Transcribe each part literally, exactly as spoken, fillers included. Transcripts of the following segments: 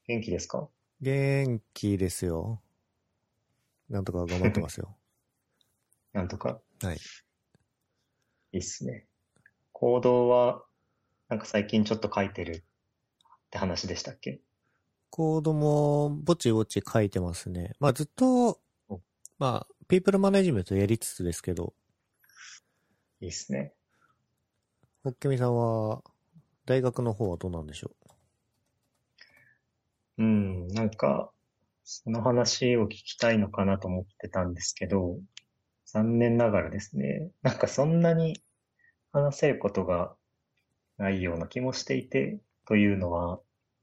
元気ですか？ 元気ですよ。なんとか頑張ってますよ。 なんとか。 はい。 いいっすね。行動は、なんか最近ちょっと書いてるって話でしたっけ？ コードもぼちぼち書いてますね。まあずっと、 お、 まあ、ピープルマネジメントやりつつですけど、 いいっすね。 ホッケミさんは、大学の方はどうなんでしょうん、なんか、その話を聞きたいのかなと思ってたんですけど、残念ながらですね、なんかそんなに話せることがないような気もしていて、というのは、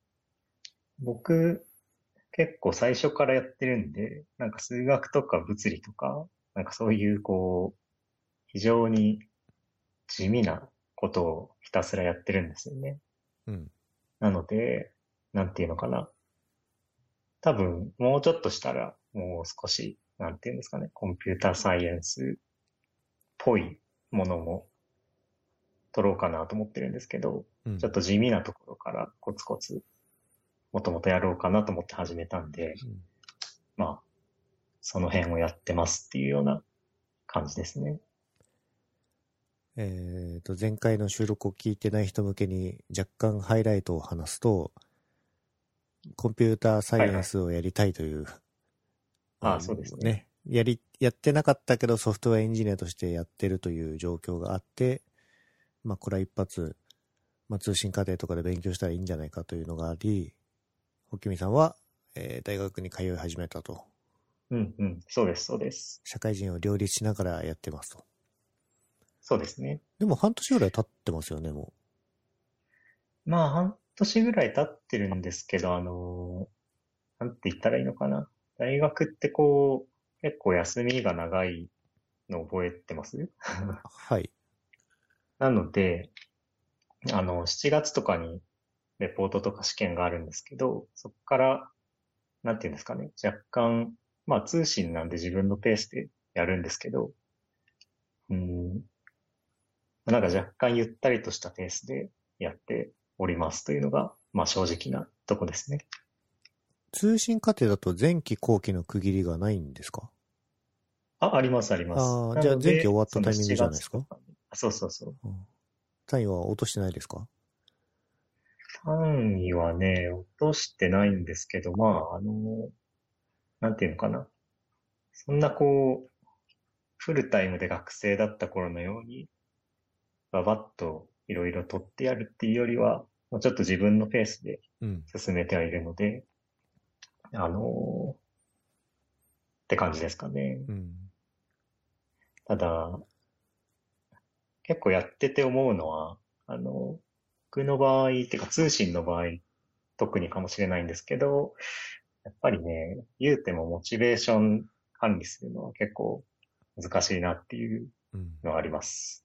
僕、結構最初からやってるんで、なんか数学とか物理とか、なんかそういうこう、非常に地味なことをひたすらやってるんですよね。 う。うん。 なので、なんていうのかな。多分、もうちょっとしたら、もう少し、なんていうんですかね、コンピューターサイエンスっぽいものも取ろうかなと思ってるんですけど、 うん。 ちょっと地味なところからコツコツ、もともとやろうかなと思って始めたんで、 うん、 まあ、その辺をやってますっていうような感じですね。 えっと、前回の収録を聞いてない人向けに若干ハイライトを話すと、コンピューターサイエンはいはい。 スをやりたいという、 ああ、 あそうですね。 のね、やり、やってなかったけどソフトウェアエンジニアとしてやってるという状況があって、まあこれは一発、まあ、通信課程とかで勉強したらいいんじゃないかというのがあり、ホッキミさんは、えー大学に通い始めたと。 うんうん。そうです、そうです。 社会人を両立しながらやってますと。 そうですね。 でも半年ぐらい経ってますよね、もまあ、半年ぐらい経ってるんですけど、あのーなんて言ったらいいのかな。大学ってこう、結構休みが長いの覚えてます？ う。はい。 なので、あの、しちがつとかにレポートとか試験があるんですけど、そこから、なんていうんですかね、若干、まあ通信なんで自分のペースでやるんですけど、うん、なんか若干ゆったりとしたペースでやっておりますというのが、まあ正直なとこですね。 通信課程だと前期後期の区切りがないんですか？ あ、あります、あります。 ああ、 なじゃあ前期終ので、そのわったタイミング 7 じゃないですか？ 月とかに、あ、そうそうそう。 うん、単位は落としてないですか？ 単位はね、落としてないんですけど、まあ、あの、なんていうのかな。そんなこう、フルタイムで学生だった頃のように、ババッといろいろ取ってやるっていうよりは、もうちょっと自分のペースでうん。 進めてはいるので、あのって感じですかね。 うん。 ただ、結構やってて思うのは、あの、僕の場合、っていうか通信の場合、特にかもしれないんですけど、やっぱりね、言うてもモチベーション管理するのは結構難しいなっていううん。 のはあります。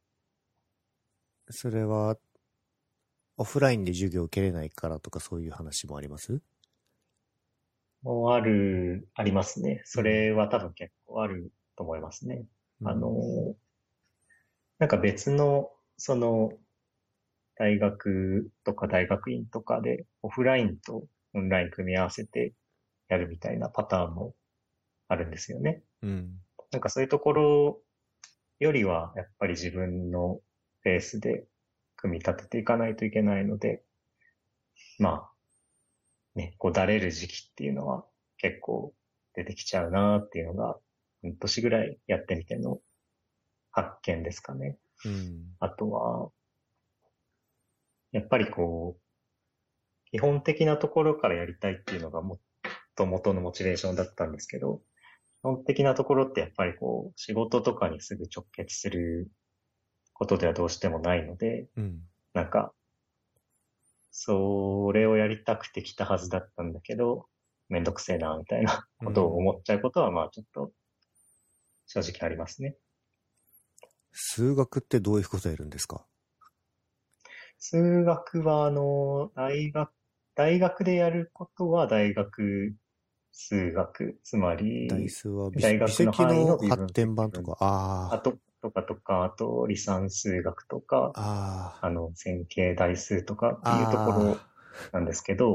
それは、オフラインで授業を受けれないからとかそういう話もあります？ もうある、ありますね。そうん。 れは多分結構あると思いますね。あの、 うん。 なんか別の、その、大学とか大学院とかでオフラインとオンライン組み合わせてやるみたいなパターンもあるんですよね。 うん。 なんかそういうところよりは、やっぱり自分のペースで組み立てていかないといけないので、まあね、こうだれる時期っていうのは結構出てきちゃうなっていうのが、半年ぐらいやってみての発見ですかね。 うん。 あとは、やっぱりこう、基本的なところからやりたいっていうのがもっと元のモチベーションだったんですけど、基本的なところってやっぱりこう、仕事とかにすぐ直結することではどうしてもないので、 うん。 なんか、それをやりたくて来たはずだったんだけど、めんどくせえな、みたいなうことを思ん。 っちゃうことは、まあちょっと正直ありますね。 数学ってどういうことやるんですか？ 数学は、あの、大学、大学でやることは大学数学、つまり、 代数は微、 大微学の範囲積の発の微分積分、 展版とか、ああと、とかとか、あと、離散数学とか、 あ、ああの、線形代数とかっあ、 ていうところああ、 なんですけど、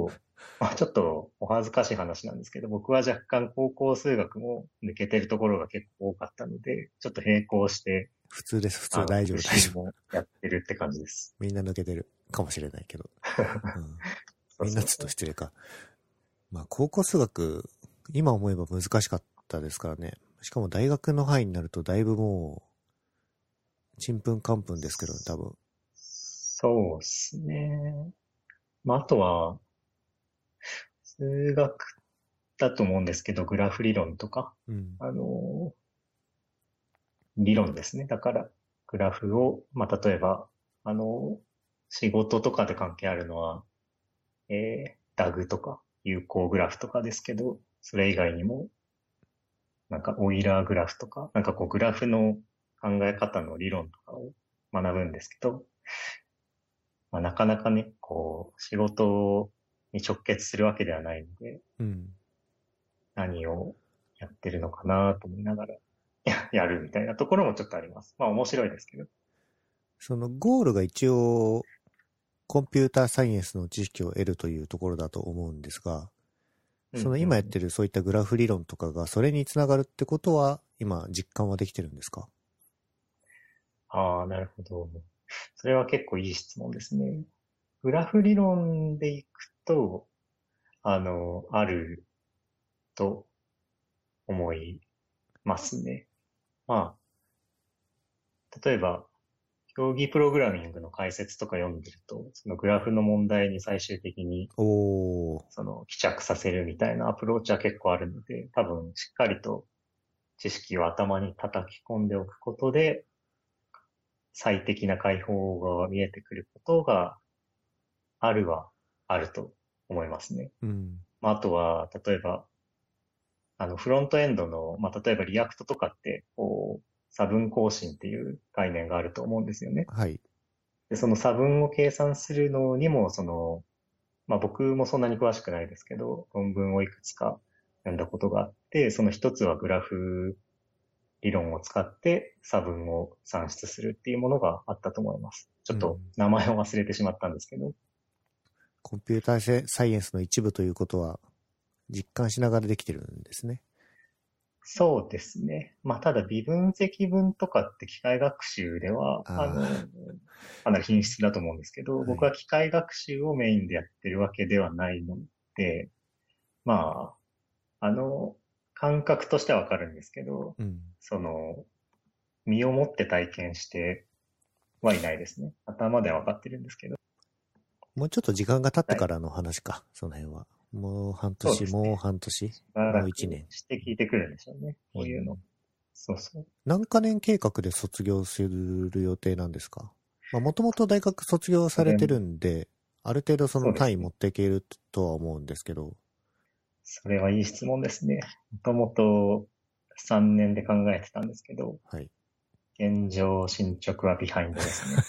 まあちょっとお恥ずかしい話なんですけど、僕は若干高校数学も抜けてるところが結構多かったので、ちょっと並行して、 普通です、普通。 あの、 大丈夫、 通大丈夫。 信もやってるって感じです。 みんな抜けてるかもしれないけど。うん、 そうみんなちょっそうそう。 と失礼か。まあ、高校数学、今思えば難しかったですからね。しかも大学の範囲になるとだいぶもう、ちんぷんかんぷんですけど、多分。 そうですね。まああとは、数学だと思うんですけど、グラフ理論とか、 うん。 あの、理論ですね。だから、グラフを、まあ、例えば、あの、仕事とかで関係あるのは、えー、ダグとか、有効グラフとかですけど、それ以外にも、なんか、オイラーグラフとか、なんかこう、グラフの考え方の理論とかを学ぶんですけど、まあ、なかなかね、こう、仕事に直結するわけではないので、 うん。 何をやってるのかなと思いながらややるみたいなところもちょっとあります。まあ面白いですけど。 そのゴールが一応、コンピューターサイエンスの知識を得るというところだと思うんですが、そのうんうん。 今やってるそういったグラフ理論とかがそれにつながるってことは、今実感はできてるんですか？ ああ、なるほど。それは結構いい質問ですね。グラフ理論でいくと、あの、あると思いますね。まあ、例えば、競技プログラミングの解説とか読んでると、そのグラフの問題に最終的に、 おー。 その帰着させるみたいなアプローチは結構あるので、多分しっかりと知識を頭に叩き込んでおくことで、最適な解放が見えてくることがあるはあると思いますね。 うん。 まあ、あとは、例えば、あの、フロントエンドの、まあ、例えばリアクトとかって、こう、差分更新っていう概念があると思うんですよね。 はい。 で、その差分を計算するのにも、その、まあ、僕もそんなに詳しくないですけど、論文をいくつか読んだことがあって、その一つはグラフ理論を使って差分を算出するっていうものがあったと思います。ちょっとうん。 名前を忘れてしまったんですけど。 コンピューターサイエンスの一部ということは、実感しながらできてるんですね。 そうですね。まあ、ただ微分積分とかって機械学習では、ああの、かなり品質だと思うんですけど、 あ、はい。 僕は機械学習をメインでやってるわけではないので、まあ、あの、感覚としてはわかるんですけど、 うん。 その、身をもって体験してはいないですね。頭ではわかってるんですけど。 もうちょっと時間が経ってはい。 からの話か、その辺は。もう半年、もうそうですね。 半年、 しばらくもう一年。 して聞いてくるんでしょうね。こういうの。 うん。 そうそう。 何カ年計画で卒業する予定なんですか？まあ、もともと大学卒業されてそれも、 るんで、ある程度そのそうですね。 単位持っていけるとは思うんですけど。 それはいい質問ですね。もともとさんねんで考えてたんですけど、 はい。 現状進捗はビハインドですね。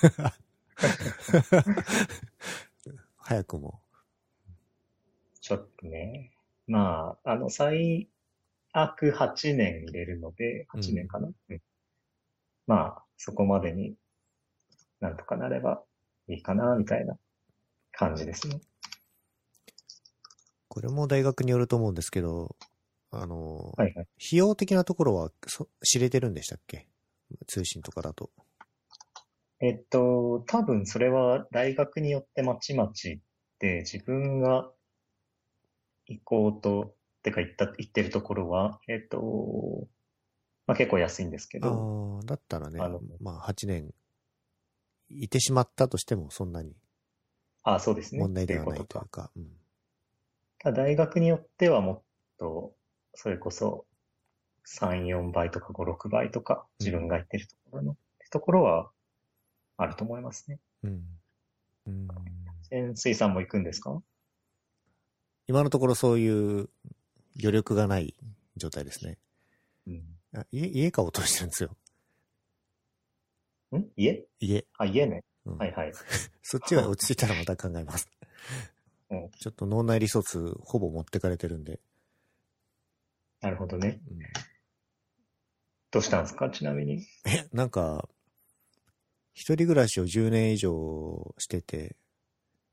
早くも。 ちょっとね。まあ、あの、最悪はちねん入れるので、8 うん。 年かな、うん、まあ、そこまでになんとかなればいいかな、みたいな感じですね。 これも大学によると思うんですけど、あの、 はいはい。 費用的なところはそ知れてるんでしたっけ？通信とかだと。 えっと、多分それは大学によってまちまちで、自分が行こうと、てか行った、行ってるところは、えっと、まあ結構安いんですけど、 ああ、だったらね、 あの、 まあはちねんいてしまったとしてもそんなにあ、そうですね。 問題ってではないうことか。 いというか、うん。 ただ大学によってはもっと、それこそさん、よんばいとかご、ろくばいとか、 うん。 自分が行ってるところの、ってところはあると思いますね。 うん。うん。 潜水さんも行くんですか？ 今のところそういう余力がない状態ですね。 うん。 あ家、家買おうとしてるんですよ。 ん家家。 あ、家ね。 うん。 はいはい。 そっちが落ち着いたらまた考えます。 うん。 ちょっと脳内リソースほぼ持ってかれてるんで。 なるほどね。 うん、 どうしたんですかちなみに。 え、なんか、一人暮らしをじゅうねん以上してて、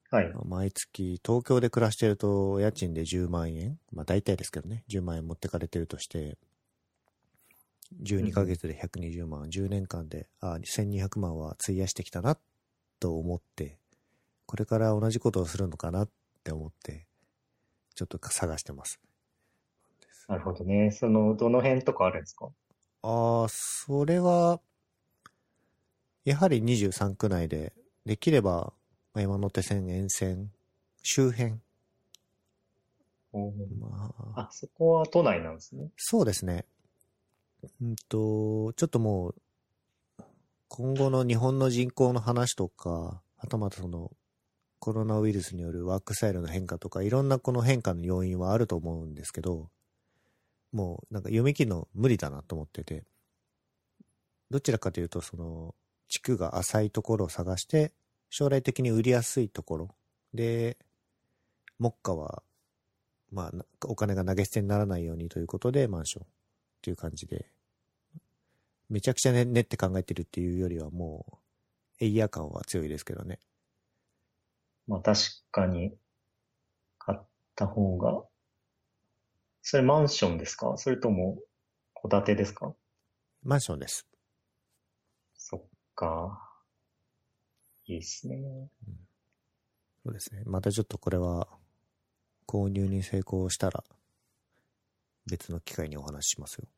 はい。 毎月、東京で暮らしてると、家賃でじゅうまんえん、まあ大体ですけどね、じゅうまんえん持ってかれてるとして、じゅうにかげつでひゃくにじゅうまん、じゅうねんかんで、あ、せんにひゃくまんは費やしてきたな、と思って、これから同じことをするのかなって思って、ちょっと探してます。 なるほどね。その、どの辺とかあるんですか？ ああ、それは、やはりにじゅうさんく内で、できれば、まあ山手線沿線、周辺。 おー。 まあ、 あ、そこは都内なんですね。 そうですね。うんと、ちょっともう、今後の日本の人口の話とか、はたまたその、コロナウイルスによるワークスタイルの変化とか、いろんなこの変化の要因はあると思うんですけど、もうなんか読み切るの無理だなと思ってて、どちらかというと、その、地区が浅いところを探して、将来的に売りやすいところで、目下は、まあ、お金が投げ捨てにならないようにということで、マンションっていう感じで、めちゃくちゃね、練って考えてるっていうよりは、もう、エイヤー感は強いですけどね。 まあ確かに買った方が、それマンションですか？それとも戸建てですか？ マンションです。 そっか。いいっすね。 うん、そうですね。またちょっとこれは、購入に成功したら、別の機会にお話ししますよ。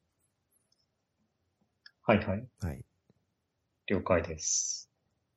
はいはい。 はい。 了解です。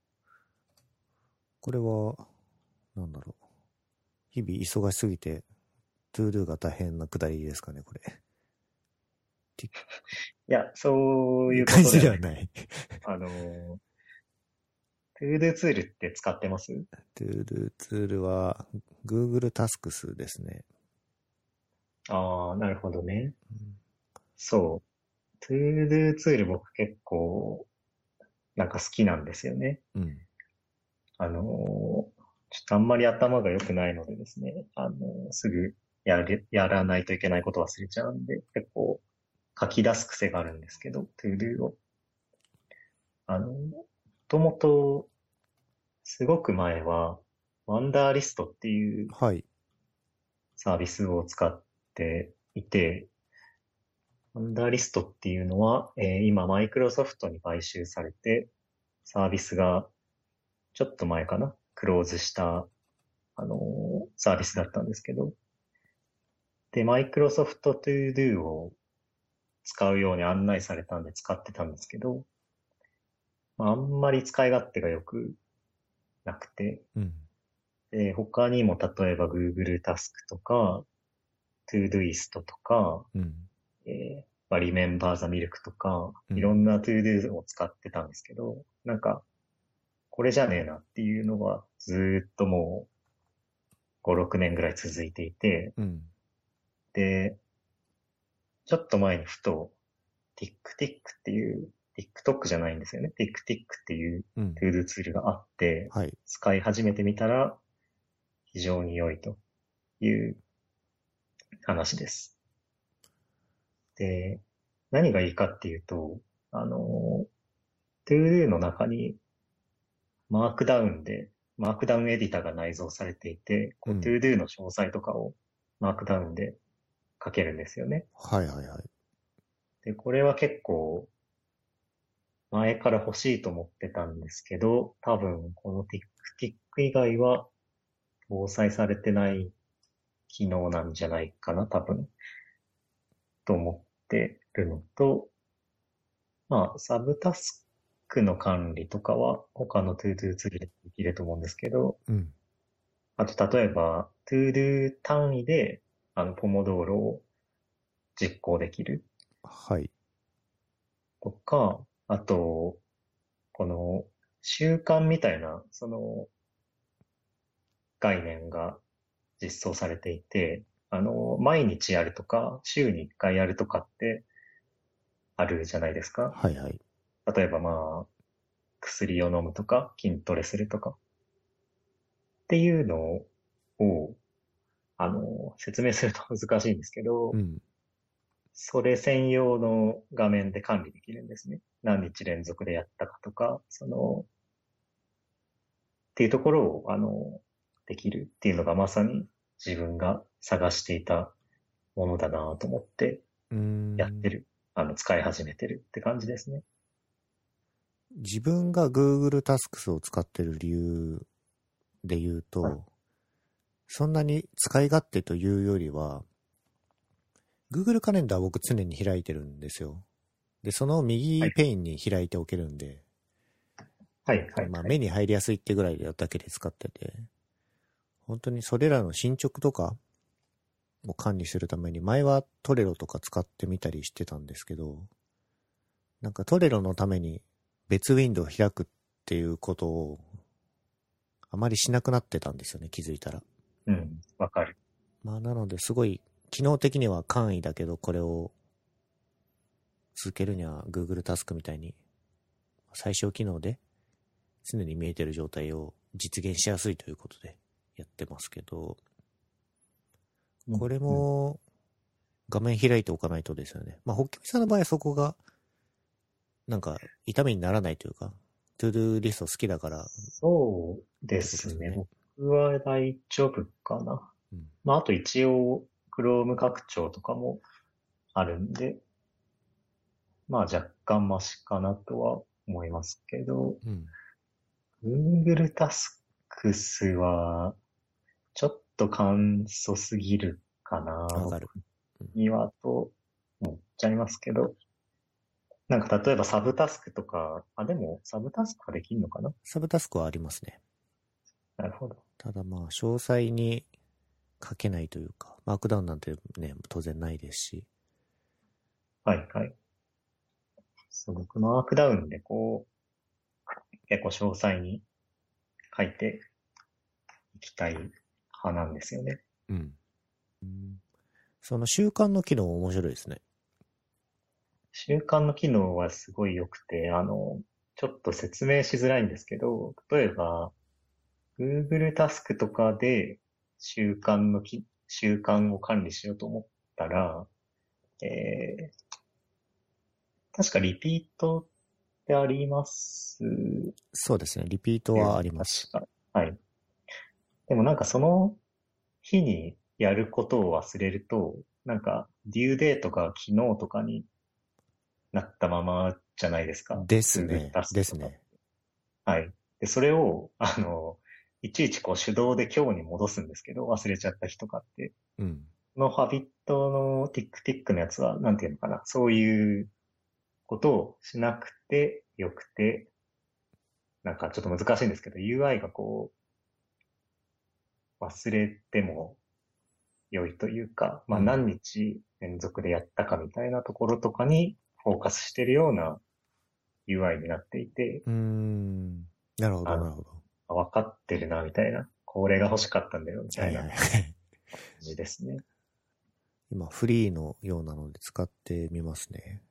これは、なんだろう。日々忙しすぎて、トゥードゥが大変なくだりですかね、これ。 いや、そういうこいう感とではない。 じではない。 あの、トゥードゥツールって使ってます？ トゥードゥツールは、Google タスクスですね。 ああ、なるほどね。 うん。 そう。トゥードゥツール僕結構なんか好きなんですよね。 うん。 あの、ちょっとあんまり頭が良くないのでですね、あの、すぐやる、やらないといけないこと忘れちゃうんで、結構書き出す癖があるんですけど、トゥードゥを。あの、もともとすごく前は、ワンダーリストっていうはい。 サービスを使っていて、ワンダーリストっていうのは、えー今マイクロソフトに買収されて、サービスがちょっと前かな、クローズした、あのーサービスだったんですけど、で、マイクロソフトトゥードゥを使うように案内されたんで使ってたんですけど、まあ、あんまり使い勝手が良くなくて、 うん。 で、他にも例えば Google タスクとか、トゥードゥイストとか、 うん。 えーまあ、リメンバーザミルクとか、 うん。 いろんなトゥードゥを使ってたんですけど、なんか、これじゃねえなっていうのがずーっともうご、ろくねんぐらい続いていて、 うん。 で、ちょっと前にふと、TickTick っていう、TikTok じゃないんですよね。TickTick っていううん。 トゥードゥツールがあって、 はい。 使い始めてみたら非常に良いという話です。で、何がいいかっていうと、あの、トゥードゥの中にマークダウンで、マークダウンエディターが内蔵されていて、こう、トゥうん。 ードゥの詳細とかをマークダウンで書けるんですよね。 はいはいはい。 で、これは結構前から欲しいと思ってたんですけど、多分この TickTick 以外は搭載されてない機能なんじゃないかな、多分、と思ってるのと、まあ、サブタスクの管理とかは他の ToDo ツールでできると思うんですけど、 うん。 あと例えば ToDo 単位であのポモドーロを実行できるはい。 とか、あと、この習慣みたいなその概念が実装されていて、あの、毎日やるとか、週にいっかいやるとかってあるじゃないですか。 はいはい。 例えばまあ、薬を飲むとか、筋トレするとか。っていうのを、あの、説明すると難しいんですけど、 うん。 それ専用の画面で管理できるんですね。何日連続でやったかとか、その、っていうところを、あの、 できるっていうのがまさに自分が探していたものだなと思ってうーん。 やってる、あの、使い始めてるって感じですね。 自分が Google タスクスを使ってる理由で言うと、 はいそんなに使い勝手というよりは、Google カレンダー僕常に開いてるんですよ。で、その右ペインに開いておけるんで、 はい、はい、 まあはい。 目に入りやすいってぐらいだけで使ってて、本当にそれらの進捗とかを管理するために前はトレロとか使ってみたりしてたんですけど、なんかトレロのために別ウィンドウを開くっていうことをあまりしなくなってたんですよね、気づいたら。 うん、わかる。 まあなのですごい機能的には簡易だけど、これを続けるには Google タスクみたいに最小機能で常に見えてる状態を実現しやすいということでやってますけど、これも画面開いておかないとですよね。まあ、ホッキミさんの場合はそこがなんか痛みにならないというか、トゥードゥーリスト好きだから。 そうですね。僕は大丈夫かな。 うん、 まあ、あと一応、Chrome 拡張とかもあるんで、まあ若干マシかなとは思いますけど、 うん、 Google タスクスは、ちょっと簡素すぎるかな。 わかる。 にはと思っちゃいますけど、なんか例えばサブタスクとか、あ、でもサブタスクはできるのかな？ サブタスクはありますね。 なるほど。 ただまあ、詳細に書けないというか、マークダウンなんてね、当然ないですし。 はいはい。そう、僕マークダウンでこう、結構詳細に書いていきたい派なんですよね。 うん。うん、その習慣の機能面白いですね。 習慣の機能はすごい良くて、あの、ちょっと説明しづらいんですけど、例えば、Google タスクとかで習慣のき、習慣を管理しようと思ったら、えー、確かリピートってありますそうですね。リピートはあります。 確か。はい。でもなんかその日にやることを忘れると、なんか、デューデートが昨日とかになったままじゃないですか。 ですね。 Google タスクとか。 ですね。 はい。で、それを、あの、いちいちこう手動で今日に戻すんですけど、忘れちゃった日とかって。 うん。 このハビットのティックティックのやつは、なんていうのかな。そういうことをしなくてよくて、なんかちょっと難しいんですけど、ユーアイ がこう、忘れても良いというか、まあうん何日連続でやったかみたいなところとかにフォーカスしてるような ユーアイ になっていて、 うーん。なるほど、 あの、 なるほど。 分かってるな、みたいな。これが欲しかったんだよ、みたいな感はいはいはい。 じですね。 今、フリーのようなので使ってみますね。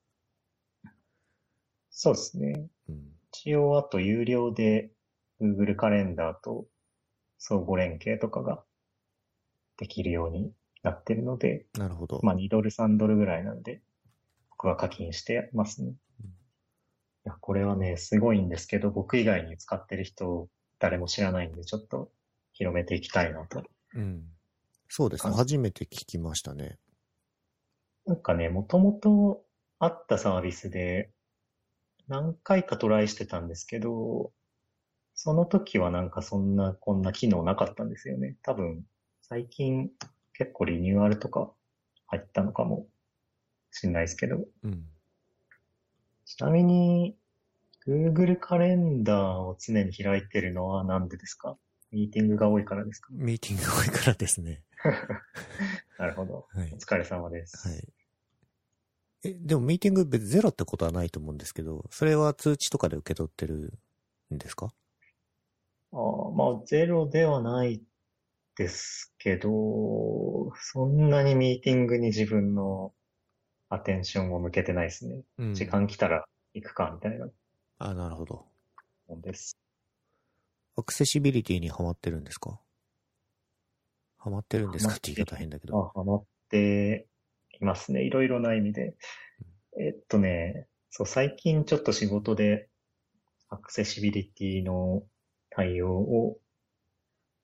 そうですね。 うん。 一応、あと有料で Google カレンダーと相互連携とかができるようになってるので、 なるほど。 まあにドルさんドルぐらいなんで、僕は課金してますね。 うん、 いや、これはね、すごいんですけど、僕以外に使ってる人、誰も知らないんで、ちょっと広めていきたいなと。 うん。そうですね。初めて聞きましたね。 なんかね、もともとあったサービスで、何回かトライしてたんですけど、その時はなんかそんな、こんな機能なかったんですよね。多分、最近結構リニューアルとか入ったのかもしれないですけど。 うん。 ちなみに、Google カレンダーを常に開いてるのはなんでですか？ミーティングが多いからですか？ ミーティングが多いからですね。 なるほど。 はい。 お疲れ様です。 はい。え、でもミーティング別にゼロってことはないと思うんですけど、それは通知とかで受け取ってるんですか？ ああ、まあ、ゼロではないですけど、そんなにミーティングに自分のアテンションを向けてないですね。 うん。 時間来たら行くか、みたいなあ、なるほど。 もんです。 アクセシビリティにハマってるんですか？ハマってるんですかって言い方変だけど。 あ、ハマっていますね。いろいろな意味で。えっとね、そう、最近ちょっと仕事でアクセシビリティの対応を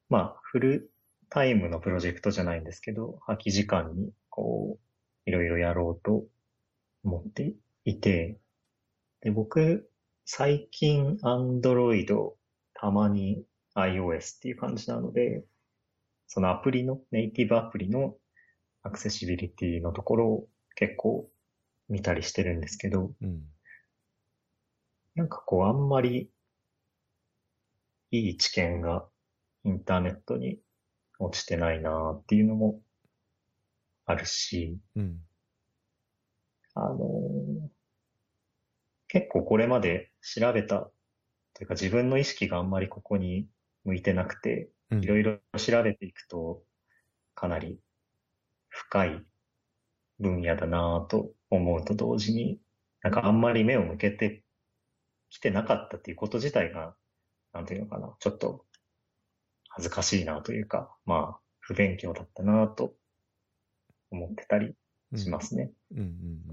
まあ、フルタイムのプロジェクトじゃないんですけど、空き時間に、こう、いろいろやろうと思っていて、で、僕、最近、Android、たまに iOS っていう感じなので、そのアプリの、ネイティブアプリのアクセシビリティのところを結構見たりしてるんですけど、 うん。 なんかこう、あんまりいい知見がインターネットに落ちてないなっていうのもあるし、 うん。 あのー結構これまで調べたというか自分の意識があんまりここに向いてなくて、 うん。 いろいろ調べていくとかなり深い分野だなぁと思うと同時に、なんかあんまり目を向けてきてなかったっていうこと自体が、なんていうのかな、ちょっと恥ずかしいなというか、まあ、不勉強だったなと思ってたりうん。 しますね。 うん。うん。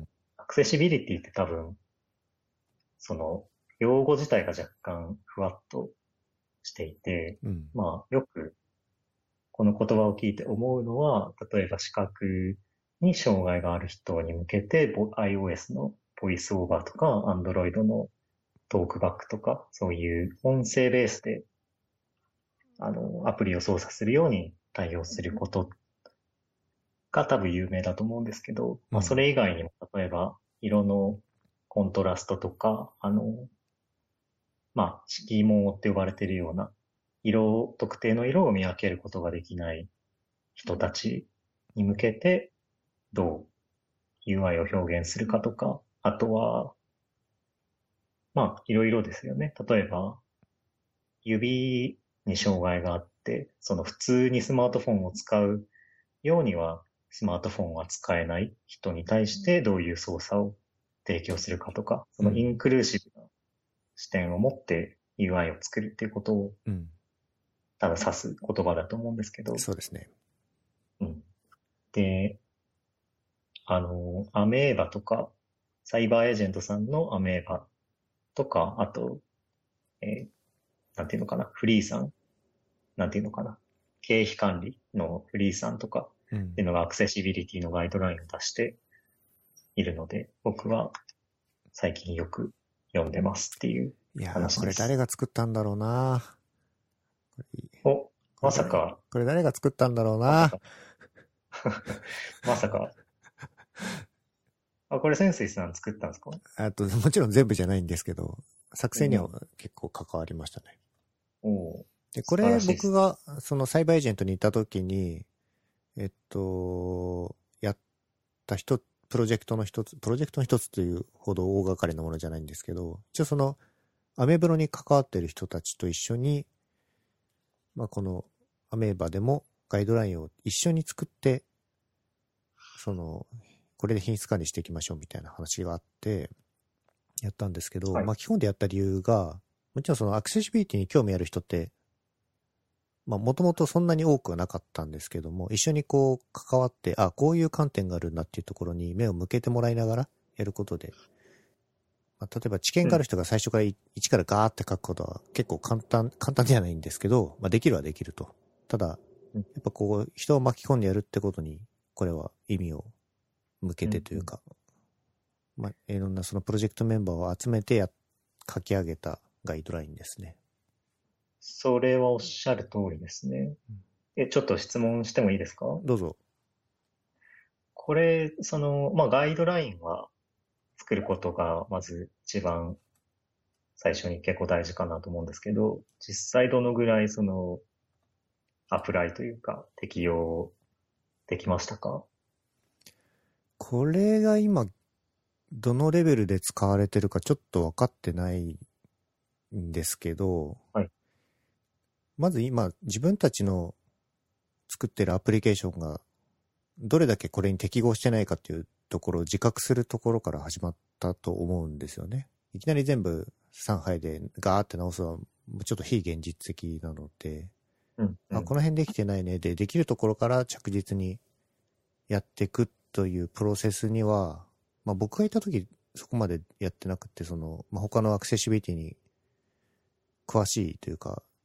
アクセシビリティって多分、その、用語自体が若干ふわっとしていて、 うん。 まあ、よくこの言葉を聞いて思うのは、例えば視覚に障害がある人に向けて、ボ iOS のボイスオーバーとか、Android のトークバックとか、そういう音声ベースで、あの、アプリを操作するように対応することが多分有名だと思うんですけど、まあ、そうん。 れ以外にも、例えば、色のコントラストとか、あの、まあ、色盲って呼ばれているような、色を、特定の色を見分けることができない人たちに向けて、どう ユーアイ を表現するかとか、あとは、まあ、いろいろですよね。例えば、指に障害があって、その普通にスマートフォンを使うようには、スマートフォンは使えない人に対してどういう操作を提供するかとか、そのイうん。 ンクルーシブな視点を持って ユーアイ を作るっていうことをうん。 多分指す言葉だと思うんですけど、 そうですね。 うん。で、あの、アメーバとか、サイバーエージェントさんのアメーバとか、あと、えーなんていうのかな、フリーさん、なんていうのかな、経費管理のフリーさんとかうん。 っていうのがアクセシビリティのガイドラインを出しているので、僕は最近よく読んでますっていういやー、これ誰話です。 が作ったんだろうな。これ、 お、 これ誰、 まさか、 これ誰が作ったんだろうな。 まさか、まさか、あ、これ潜水さん作ったんですか？ あと、もちろん全部じゃないんですけど、作成にはうん。 結構関わりましたね。 おー、 で、こ素晴れらしいです。 僕が、そのサイバーエージェントにいた時に、えっと、やった一つ、プロジェクトの一つ、プロジェクトの一つというほど大掛かりなものじゃないんですけど、一応その、アメブロに関わってる人たちと一緒に、まあ、このアメーバでもガイドラインを一緒に作って、その、これで品質管理していきましょうみたいな話があって、やったんですけど、 はい。 まあ、基本でやった理由が、もちろんそのアクセシビリティに興味ある人って、まあ、もともとそんなに多くはなかったんですけども、一緒にこう関わって、あ、こういう観点があるんだっていうところに目を向けてもらいながらやることで、まあ、例えば知見うん。 がある人が最初から一からガーって書くことは結構簡単、簡単じゃないんですけど、まあ、できるはできると。ただ、 うん。 やっぱこう、人を巻き込んでやるってことに、これは意味を向けうん。うん。 てというか、まあ、いろんなそのプロジェクトメンバーを集めてや、書き上げたガイドラインですね。 それはおっしゃる通りですね。え、ちょっと質問してもいいですか？ どうぞ。 これ、その、まあ、ガイドラインは作ることが、まず一番最初に結構大事かなと思うんですけど、実際どのぐらいその、アプライというか、適用できましたか？ これが今、どのレベルで使われてるかちょっと分かってないんですけど、 はい。 まず今、自分たちの作ってるアプリケーションが、どれだけこれに適合してないかっていうところを自覚するところから始まったと思うんですよね。いきなり全部さんはいでガーって直すのは、ちょっと非現実的なので、 うん、うあ、 ん。 この辺できてないね。で、できるところから着実にやっていくというプロセスには、まあ僕がいた時そこまでやってなくて、その、まあ、他のアクセシビリティに詳しいというか、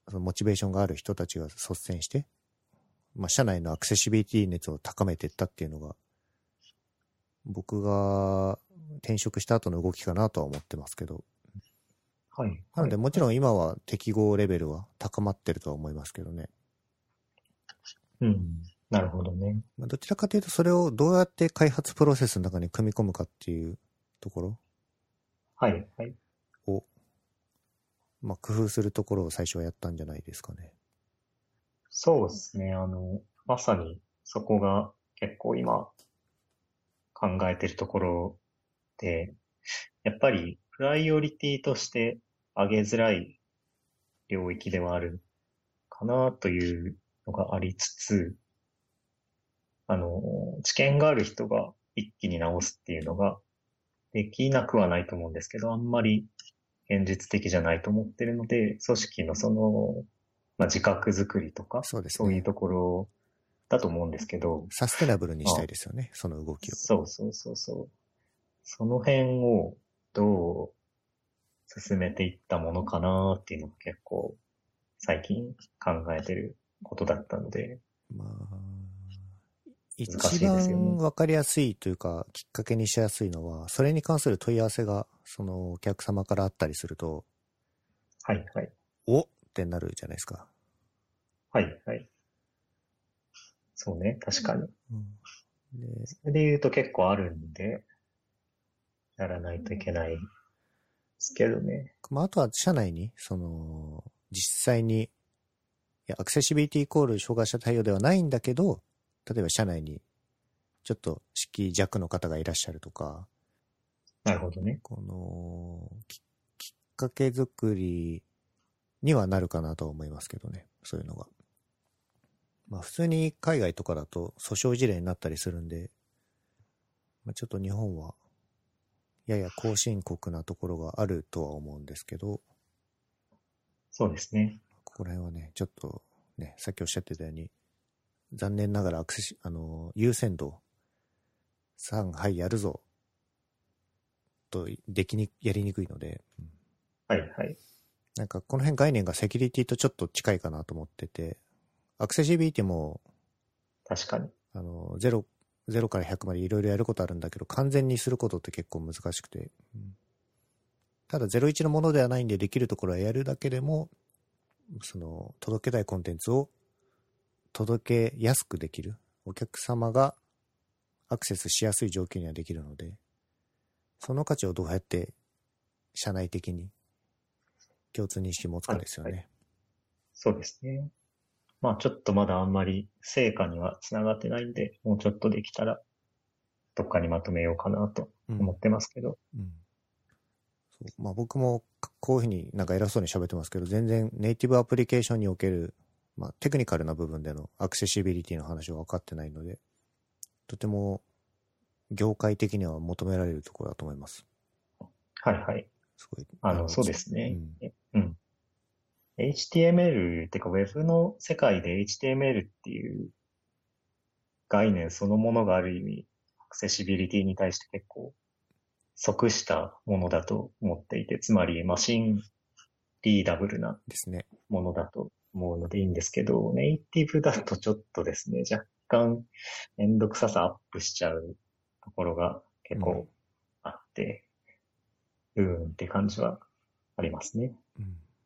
そのモチベーションがある人たちが率先して、まあ、社内のアクセシビリティ熱を高めていったっていうのが、僕が転職した後の動きかなとは思ってますけど。 はい。 なので、もちろん今は適合レベルは高まってるとは思いますけどね。 うん。なるほどね。 まあ、どちらかというと、それをどうやって開発プロセスの中に組み込むかっていうところ。 はい。はい。 を、まあ、工夫するところを最初はやったんじゃないですかね。 そうですね。あの、まさにそこが結構今考えてるところで、やっぱりプライオリティとして上げづらい領域ではあるかなというのがありつつ、あの、知見がある人が一気に直すっていうのができなくはないと思うんですけど、あんまり現実的じゃないと思ってるので、組織のその、まあ、自覚作りとか、 そうですね。 そういうところだと思うんですけど、 サステナブルにしたいですよね、その動きを。 そうそうそうそう。その辺をどう進めていったものかなっていうのが結構最近考えてることだったので、 まあ、 難一しいですよね。 番わかりやすいというか、きっかけにしやすいのは、それに関する問い合わせが、そのお客様からあったりすると、 はいはい。 おってなるじゃないですか。 はいはい。そうね、確かに。 うん、で、 それで言うと結構あるんで、やらないといけないですけどね。 まあ、あとは社内に、その、実際に、いや、アクセシビリティイコール障害者対応ではないんだけど、例えば社内に、ちょっと識弱の方がいらっしゃるとか、 なるほどね。 この、き、きっかけ作りにはなるかなとは思いますけどね、そういうのが。まあ普通に海外とかだと訴訟事例になったりするんで、まあ、ちょっと日本はやや後進国なところがあるとは思うんですけど、 そうですね。 ここら辺はね、ちょっとね、さっきおっしゃってたように、残念ながらアクセス、あの、優先度、さん、はい、やるぞ、と、できに、やりにくいので、うん、 はいはい。 なんかこの辺概念がセキュリティとちょっと近いかなと思ってて、アクセシビリティも、 確かに。 あの、ゼロ、ゼロからひゃくまでいろいろやることあるんだけど、完全にすることって結構難しくて、うん、ただゼロイチのものではないんで、できるところはやるだけでも、その、届けたいコンテンツを届けやすくできる。お客様がアクセスしやすい状況にはできるので、その価値をどうやって社内的に共通認識持つかですよね。 はいはい、そうですね。まあちょっとまだあんまり成果にはつながってないんで、もうちょっとできたらどっかにまとめようかなと思ってますけど。 うんうん、そうまあ、僕もこういうふうになんか偉そうに喋ってますけど、全然ネイティブアプリケーションにおける、まあ、テクニカルな部分でのアクセシビリティの話は分かってないので、とても業界的には求められるところだと思います。 はいはい。 すごい。 あの、そうですね。 うん。 うん。エイチティーエムエル っていうか Web の世界で エイチティーエムエル っていう概念そのものがある意味、アクセシビリティに対して結構即したものだと思っていて、つまりマシンリーダブルなものだと思うのでいいんですけど、ネイティブだとちょっとですね、若干めんどくささアップしちゃうところが結構あって、うん、うーんって感じはありますね。 うん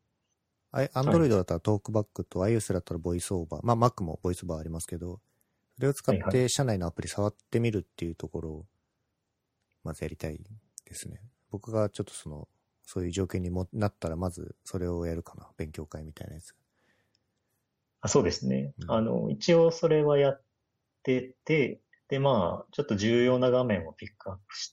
。Android だったらトークバックと iOS だったらボイスオーバー、まあ Mac もボイスオーバーありますけど、それを使って社内のアプリ触ってみるっていうところをまずやりたいですね。僕がちょっとその、そういう状況にもなったらまずそれをやるかな。勉強会みたいなやつ。 あ、そうですね。うん、あの、一応それはやってて、で、まあ、ちょっと重要な画面をピックアップして、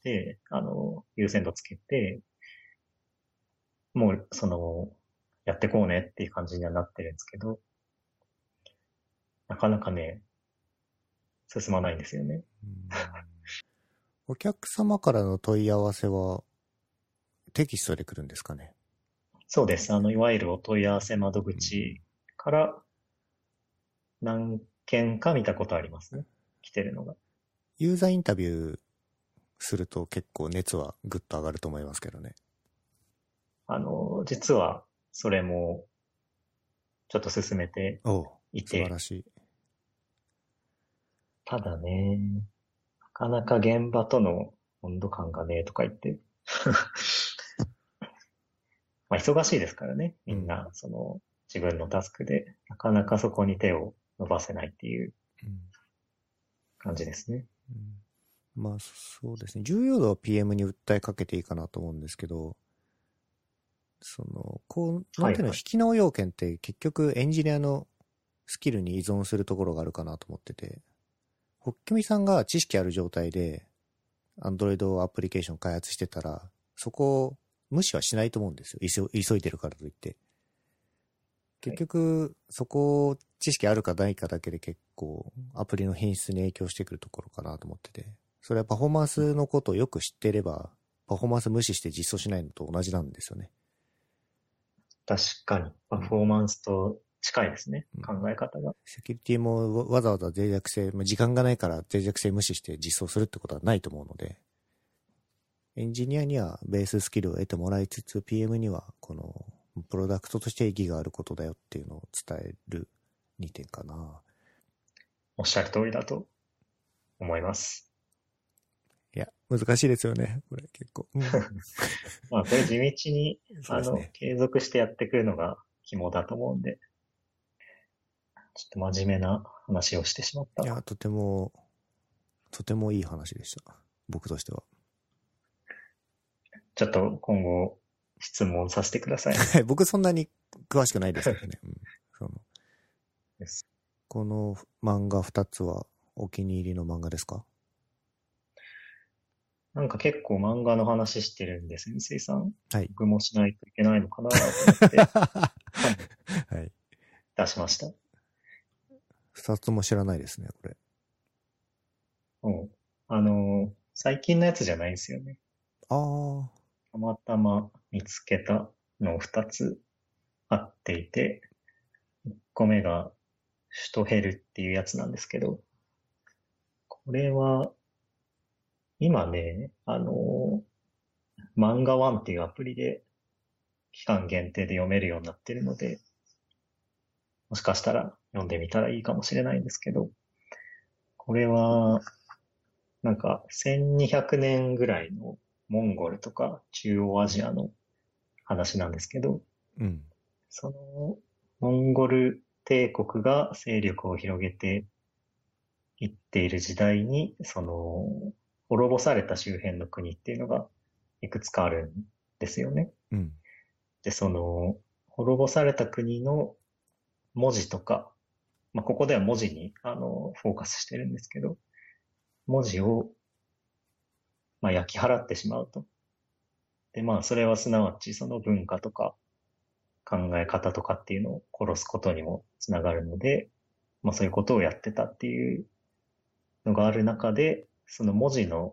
あの、優先度つけて、もう、その、やってこうねっていう感じにはなってるんですけど、なかなかね、進まないんですよね。 お客様からの問い合わせはテキストで来るんですかね？ そうです。あの、いわゆるお問い合わせ窓口から何件か見たことありますね。来てるのが。 ユーザーインタビューすると結構熱はぐっと上がると思いますけどね。 あの、実はそれもちょっと進めておう、 いて、 素晴らしい。 ただね、なかなか現場との温度感がね、とか言って、まあ忙しいですからね、みんな、その自分のタスクで、なかなかそこに手を伸ばせないっていううん感じですね。 うん、まあそうですね。重要度は ピーエム に訴えかけていいかなと思うんですけど、その、こう、なんていうの、 はいはい。 引き直要件って結局エンジニアのスキルに依存するところがあるかなと思ってて、ホッケミさんが知識ある状態で Android アプリケーション開発してたら、そこを無視はしないと思うんですよ。急急いでるからといって。結局、そこ、知識あるかないかだけで結構、アプリの品質に影響してくるところかなと思ってて。それはパフォーマンスのことをよく知っていれば、パフォーマンス無視して実装しないのと同じなんですよね。 確かに、パフォーマンスと近いですね、 うん、 考え方が。 セキュリティもわざわざ脆弱性、まあ、時間がないから脆弱性無視して実装するってことはないと思うので、エンジニアにはベーススキルを得てもらいつつ、ピーエム にはこのプロダクトとして意義があることだよっていうのを伝えるにてんかな。 おっしゃる通りだと思います。 いや、難しいですよね、これ結構。うん、 まあ、これ地道に、あの、 そうですね。 継続してやっていくのが肝だと思うんで、ちょっと真面目な話をしてしまった。 いや、とても、とてもいい話でした。僕としては。 ちょっと今後質問させてください。 僕そんなに詳しくないですけどね。うん、そのですこの漫画ふたつはお気に入りの漫画ですか？ なんか結構漫画の話してるんで、先生さん。 はい。 僕もしないといけないのかなと思って、 はい。 出しました。 二つも知らないですね、これ。 うん。あのー最近のやつじゃないですよね。 ああ。 たまたま見つけたのを二つあっていて、一個目がシュトヘルっていうやつなんですけど、これは今ね、あのー漫画ワンっていうアプリで期間限定で読めるようになってるので、もしかしたら読んでみたらいいかもしれないんですけど、これは、なんかせんにひゃくねんぐらいのモンゴルとか中央アジアの話なんですけど、 うん。 そのモンゴル帝国が勢力を広げていっている時代に、その滅ぼされた周辺の国っていうのがいくつかあるんですよね。 うん。 で、その滅ぼされた国の文字とか、まあ、ここでは文字にあのフォーカスしてるんですけど、文字をまあ焼き払ってしまうと。で、まあそれはすなわちその文化とか考え方とかっていうのを殺すことにもつながるので、まあそういうことをやってたっていうのがある中で、その文字の、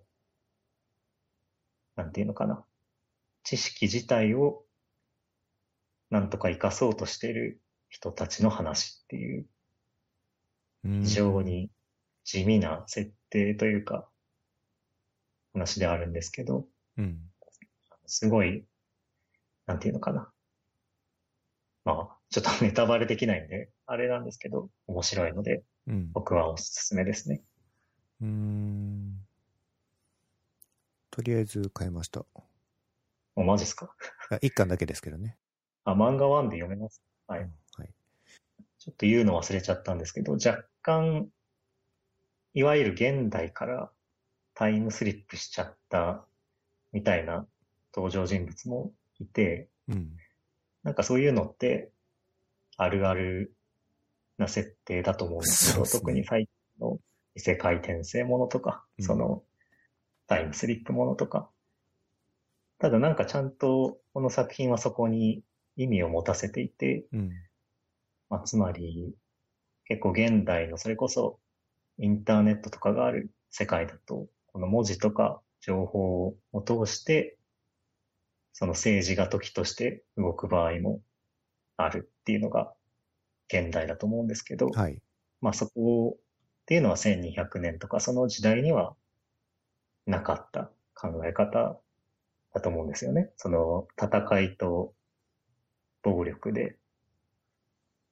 なんていうのかな、知識自体をなんとか活かそうとしている人たちの話っていう、 うー非常ん。 に地味な設定というか、話ではあるんですけど、 うん。 すごい、なんていうのかな。まあ、ちょっとネタバレできないんで、あれなんですけど、面白いので、 うん。 僕はおすすめですね。 うーん。とりあえず買いました。 もうマジっすか？ あ、一巻だけですけどね。 あ、漫画ワンで読めます。はうん、 い。 はい。 ちょっと言うの忘れちゃったんですけど、若干、いわゆる現代からタイムスリップしちゃったみたいな登場人物もいて、 うん。 なんかそういうのってあるあるな設定だと思うんですけそうど、 ですね。 特に最近の異世界転生ものとか、 うん。 そのタイムスリップものとか、ただなんかちゃんとこの作品はそこに意味を持たせていて、 うん。 まあ、つまり結構現代のそれこそインターネットとかがある世界だと、この文字とか情報を通して、その政治が時として動く場合もあるっていうのが現代だと思うんですけど、 はい。 まあそこっていうのはせんにひゃくねんとかその時代にはなかった考え方だと思うんですよね。その戦いと暴力で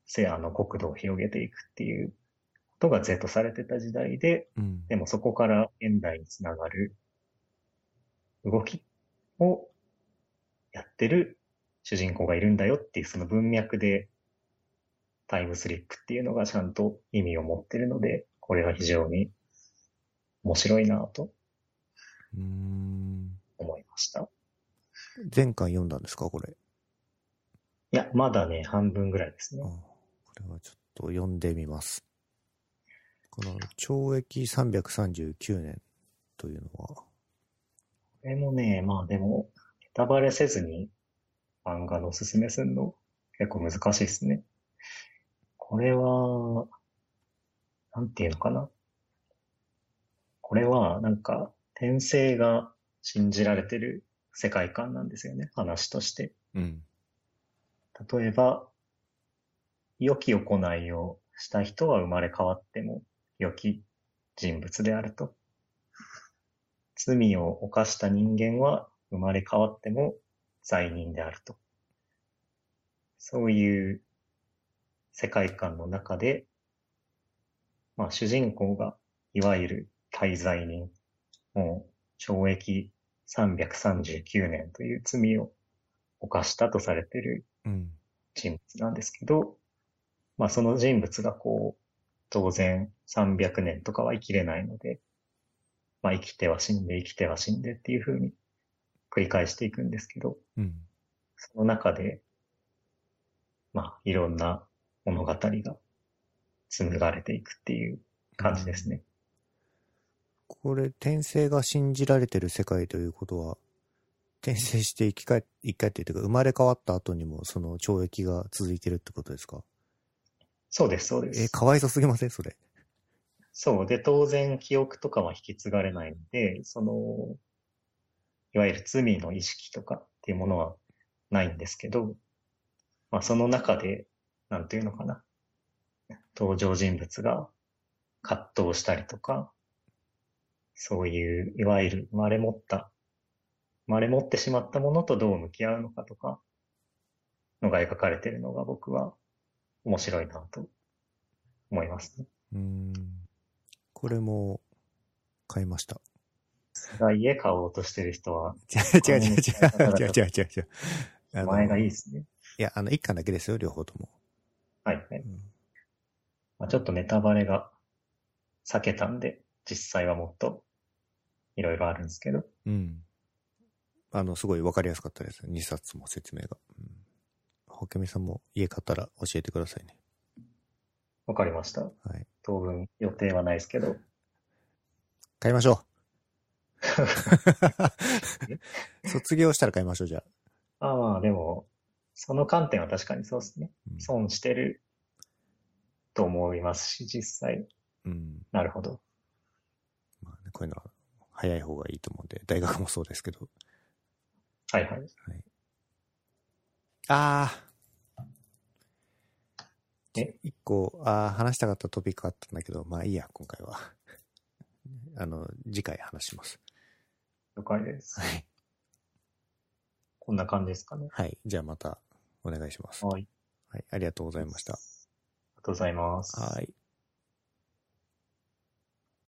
せあの国土を広げていくっていうことが是とされてた時代で、 うん。 でもそこから現代につながる動きをやってる主人公がいるんだよっていうその文脈でタイムスリップっていうのがちゃんと意味を持ってるので、これが非常に面白いなとうーん。 思いました。 前回読んだんですか、これ。 いや、まだね、半分ぐらいですね。 ああ、これはちょっと読んでみます。この懲役さんびゃくさんじゅうきゅうねんというのは。 これもね、まあでも、ネタバレせずに漫画のおすすめするの結構難しいですね。これは、なんていうのかな。これはなんか転生が信じられてる世界観なんですよね、話として。 うん。 例えば、良き行いをした人は生まれ変わっても良き人物であると。罪を犯した人間は生まれ変わっても罪人であると。そういう世界観の中で、まあ主人公がいわゆる大罪人、もう懲役さんびゃくさんじゅうきゅうねんという罪を犯したとされているうん。 人物なんですけど、まあその人物がこう、当然さんびゃくねんとかは生きれないので、まあ生きては死んで生きては死んでっていう風に繰り返していくんですけど、 うん。 その中で、まあいろんな物語が紡がれていくっていう感じですね。 これ、転生が信じられてる世界ということは、転生して生き返、生き返ってというか、生まれ変わった後にもその懲役が続いてるってことですか？ そうです、そうでえ、 す。 かわいそすぎませんそれ？ そう。で、当然記憶とかは引き継がれないので、その、いわゆる罪の意識とかっていうものはないんですけど、まあその中で、なんていうのかな。登場人物が葛藤したりとか、そういう、いわゆる生まれ持った、生まれ持ってしまったものとどう向き合うのかとか、のが描かれているのが僕は面白いなと思いますね。 うーん。これも買いました。 が家買おうとしてる人は、 違う違う違う違う違う違う違う違う。あ前がいいの、 ですね。 いや、あの、一巻だけですよ、両方とも。 はいはい。 うん、 まあ、ちょっとネタバレが避けたんで、実際はもっといろいろあるんですけど。 うん。あの、すごいわかりやすかったです。にさつも説明が。うん、ほけみさんも家買ったら教えてくださいね。 わかりました。 はい。 当分予定はないですけど。 買いましょう。卒業したら買いましょう、じゃああ、まあでも、その観点は確かにそうですね。 うん損してると思いますし、実際。 あ。うん。 なるほど。 まあね、こういうのは早い方がいいと思うんで、大学もそうですけど。 はいはい。 はい、ああ。 え一個、ああ、話したかったトピックあったんだけど、まあいいや、今回は。あの、次回話します。 了解です。 はい。 こんな感じですかね。 はい。じゃあまたお願いします。 はい。 はい。ありがとうございました。 ありがとうございます。 はい。